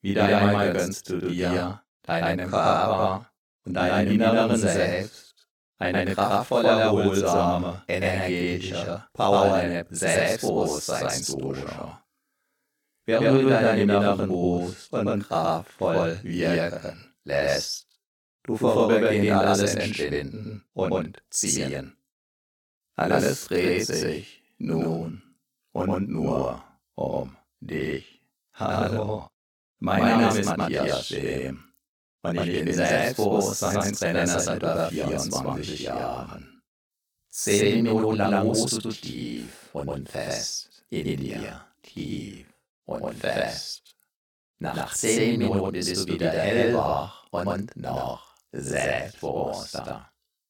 Wieder einmal gönnst du dir, deinem Körper und deinem inneren Selbst eine kraftvolle, erholsame, energetische Powernap-Selbstbewusstseinsdusche, während du deinen inneren Brust und kraftvoll wirken lässt. Du vorübergehend alles entschwinden und ziehen. Alles dreht sich nun und nur um dich. Hallo, mein Name ist Matthias Schem und ich bin Selbstbewusstseinstrainer seit über 24 Jahren. 10 Minuten lang ruhst du tief und fest in dir, tief und fest. Nach 10 Minuten bist du wieder hellwach und noch selbstbewusster.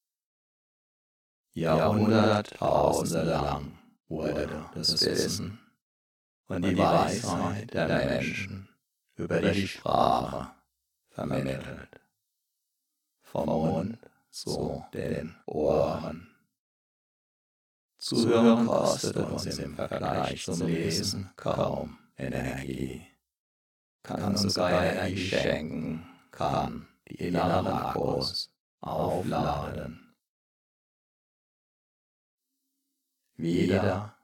Jahrhunderttausende lang wurde das Wissen und die Weisheit der Menschen über die Sprache vermittelt. Vom Mund zu den Ohren. Zuhören kostet uns im Vergleich zum Lesen kaum Energie. Kann uns sogar Energie schenken, kann die inneren Akkus aufladen. Wieder,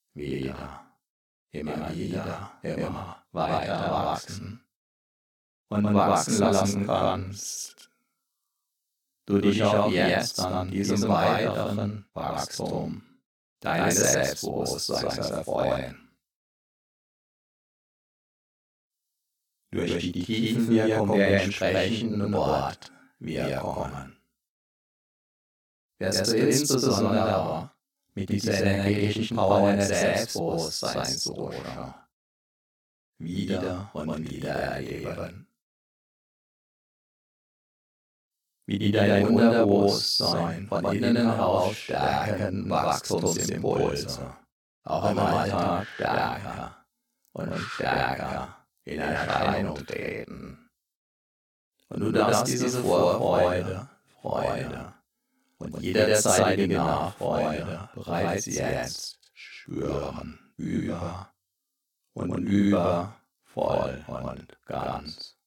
immer weiter wachsen und wachsen lassen kannst. Du dich auch jetzt an diesem weiteren Wachstum deines Selbstbewusstseins erfreuen. Durch die Tiefenwirkung der entsprechenden Wortwirkungen wirst du insbesondere mit dieser energetischen Power des Selbstbewusstseins wieder und wieder erleben, wie die dein Unterbewusstsein von innen heraus stärkenden Wachstumsimpulse auch im Alltag stärker und stärker in Erscheinung treten. Und du darfst diese Vorfreude, Freude und jederzeitige Nachfreude bereits jetzt spüren, über voll und ganz.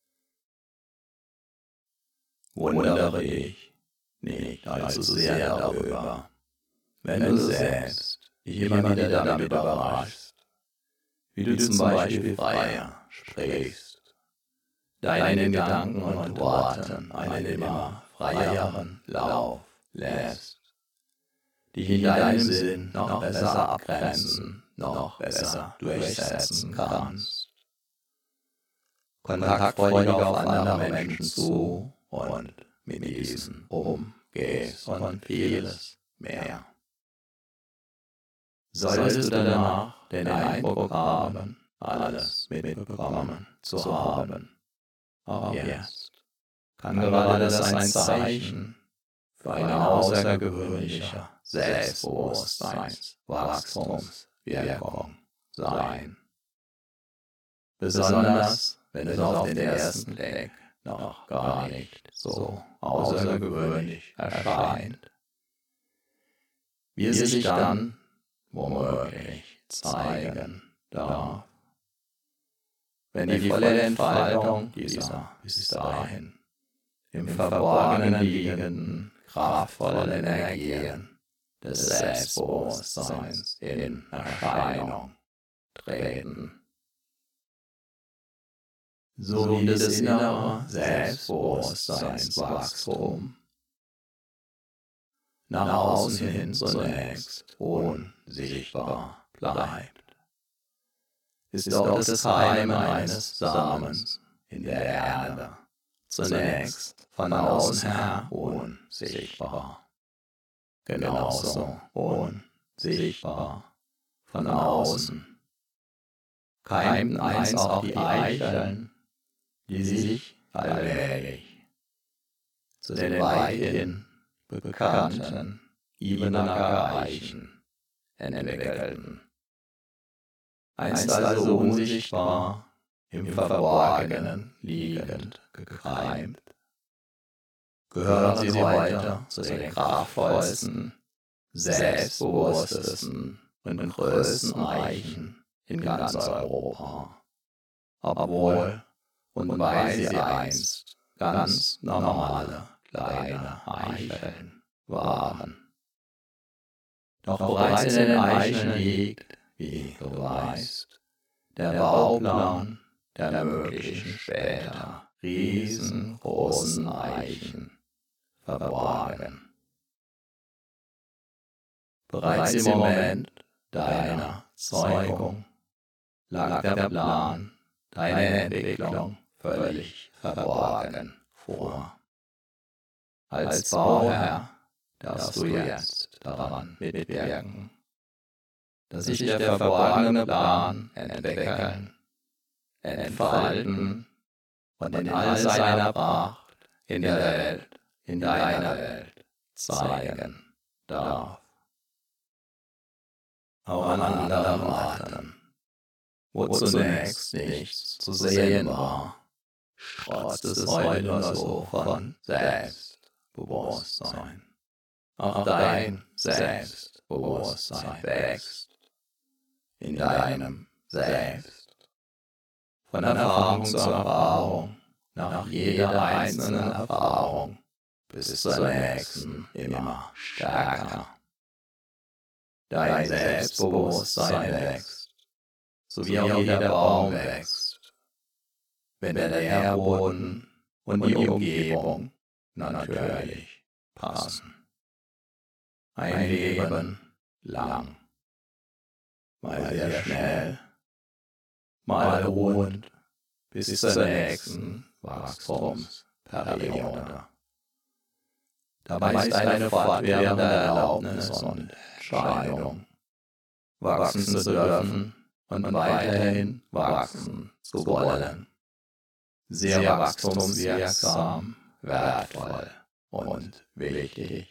Wundere dich nicht allzu sehr darüber, wenn du selbst dich immer wieder damit überraschst, wie du zum Beispiel freier sprichst, deinen Gedanken und Worten einen immer freieren Lauf lässt, dich in deinem Sinn noch besser abgrenzen, noch besser durchsetzen kannst, kontaktfreudig auf andere Menschen zu und mit diesen umgehst und vieles mehr. Solltest du danach den Eindruck haben, alles mitbekommen zu haben, auch jetzt kann gerade das ein Zeichen für eine außergewöhnliche Selbstbewusstseinswachstumswirkung sein. Besonders wenn es auf den ersten Blick noch gar nicht so außergewöhnlich erscheint, wie es sich dann womöglich zeigen darf, wenn die volle Entfaltung dieser bis dahin im Verborgenen liegenden kraftvollen Energien des Selbstbewusstseins in Erscheinung treten. So wie das innere Selbstbewusstseinswachstum nach außen hin zunächst unsichtbar bleibt, ist auch das Keim eines Samens in der Erde zunächst von außen her unsichtbar, genauso unsichtbar von außen keimten einst auch die Eicheln, die sich allmählich zu den weithin bekannten Ibenacker Eichen entwickelten. Einst also unsichtbar, im Verborgenen liegend gekeimt, gehören sie heute zu den kraftvollsten, selbstbewusstesten und größten Eichen in ganz Europa, obwohl und weil sie einst ganz normale kleine Eicheln waren. Doch bereits in den Eicheln liegt, wie du weißt, der Bauplan der möglichen später riesengroßen Eichen verborgen. Bereits im Moment deiner Zeugung lag der Plan, deine Entwicklung völlig verborgen vor. Als Bauherr darfst du jetzt daran mitwirken, dass sich der verborgene Plan entwickeln, entfalten und in all seiner Pracht in der Welt, in deiner Welt zeigen darf. Auch an anderen Orten, wo zunächst nichts zu sehen war, strotzt es heute nur so von Selbstbewusstsein. Auch dein Selbstbewusstsein wächst in deinem Selbst. Von Erfahrung zu Erfahrung, nach jeder einzelnen Erfahrung, bis zur nächsten immer stärker. Dein Selbstbewusstsein wächst, so wie auch jeder Baum wächst, wenn der Nährboden und die Umgebung natürlich passen. Ein Leben lang, mal sehr schnell, mal ruhend, bis zur nächsten Wachstumsperiode. Dabei ist eine fortwährende Erlaubnis und Entscheidung, wachsen zu dürfen und weiterhin wachsen zu wollen. Sehr wachstumswirksam, wertvoll und wichtig.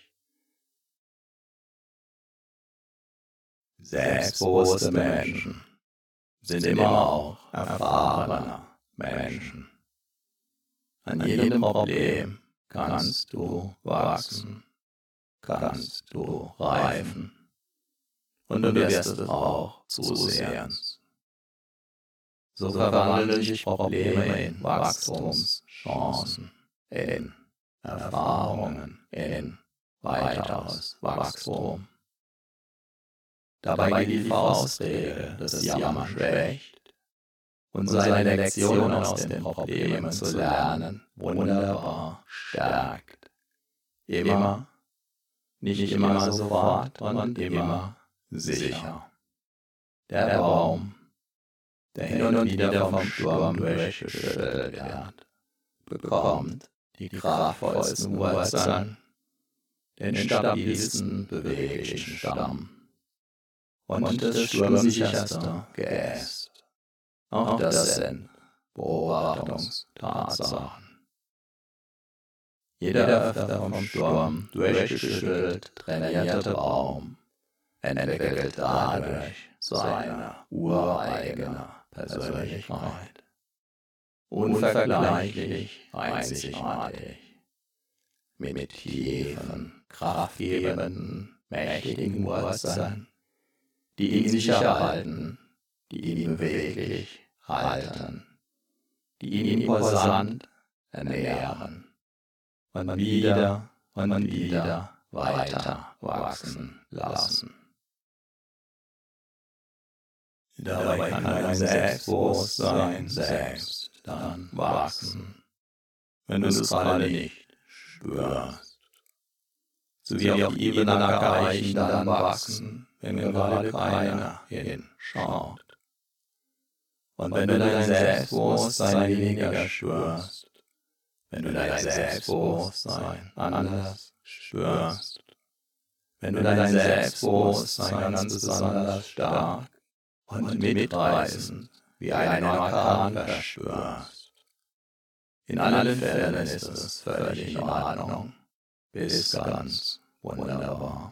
Selbstbewusste Menschen sind immer auch erfahrene Menschen. An jedem Problem kannst du wachsen, kannst du reifen und du wirst es auch zusehends. So verwandeln sich Probleme in Wachstumschancen, in Erfahrungen, in weiteres Wachstum. Dabei die Faustregel des Jammern schwächt und seine Lektion aus den Problemen zu lernen wunderbar stärkt. Immer, nicht immer sofort und immer sicher. Der Baum, der hin und wieder vom Sturm durchgeschüttelt wird, bekommt die kraftvollsten Wurzeln, den stabilsten beweglichen Stamm und das sturmsicherste Geäst. Auch das sind Beobachtungstatsachen. Jeder öfter vom Sturm durchgeschüttelt trainierte Baum entwickelt dadurch seine ureigene Persönlichkeit. Unvergleichlich, einzigartig, mit tiefen, kraftgebenden, mächtigen Wurzeln, die ihn sicher halten, die ihn beweglich halten, die ihn imposant ernähren und wieder weiter wachsen lassen. Dabei kann dein Selbstbewusstsein selbst dann wachsen, wenn du es gerade nicht spürst. So wie auch die Ebenackereichen dann wachsen, wenn gerade keiner hinschaut. Und wenn du dein Selbstbewusstsein weniger spürst, wenn du dein Selbstbewusstsein anders spürst, wenn du dein Selbstbewusstsein ganz besonders stark und mitreißend wie ein Orkan verspürst. In allen Fällen ist es völlig in Ordnung, bis ganz wunderbar.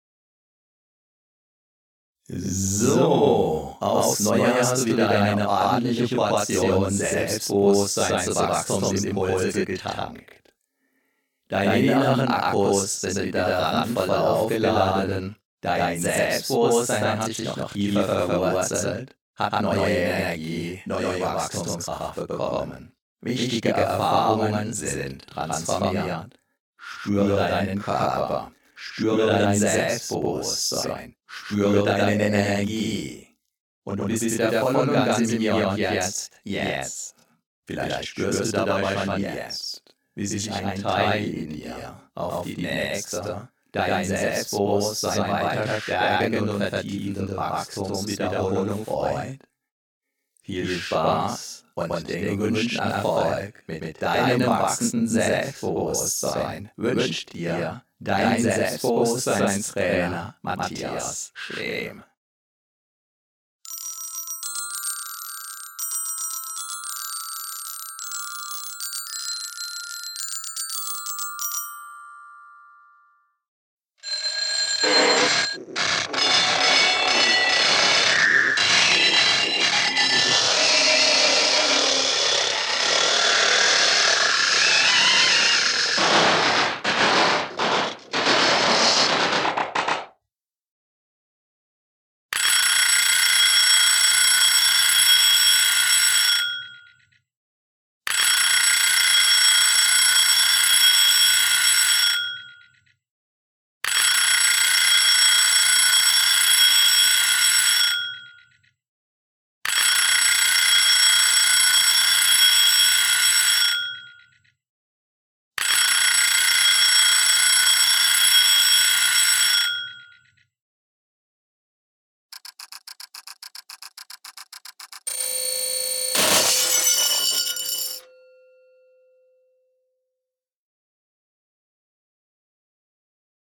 So, aufs Neue hast du wieder eine ordentliche Portion Selbstbewusstseinswachstumsimpulse getankt. Deine inneren Akkus sind wieder randvoll aufgeladen, dein Selbstbewusstsein hat sich noch tiefer verwurzelt, hat neue Energie, neue Wachstumskraft bekommen. Wichtige Erfahrungen sind transformiert. Spüre deinen Körper, spüre dein Selbstbewusstsein, spüre deine Energie. Und du bist wieder voll und ganz im Hier und Jetzt. Vielleicht spürst du dabei schon jetzt, wie sich ein Teil in dir auf die nächste, dein Selbstbewusstsein weiter stärkende und vertiefende Wachstumswiederholung freut. Viel Spaß und den gewünschten Erfolg mit deinem wachsenden Selbstbewusstsein wünscht dir dein Selbstbewusstseinstrainer Matthias Schlehm.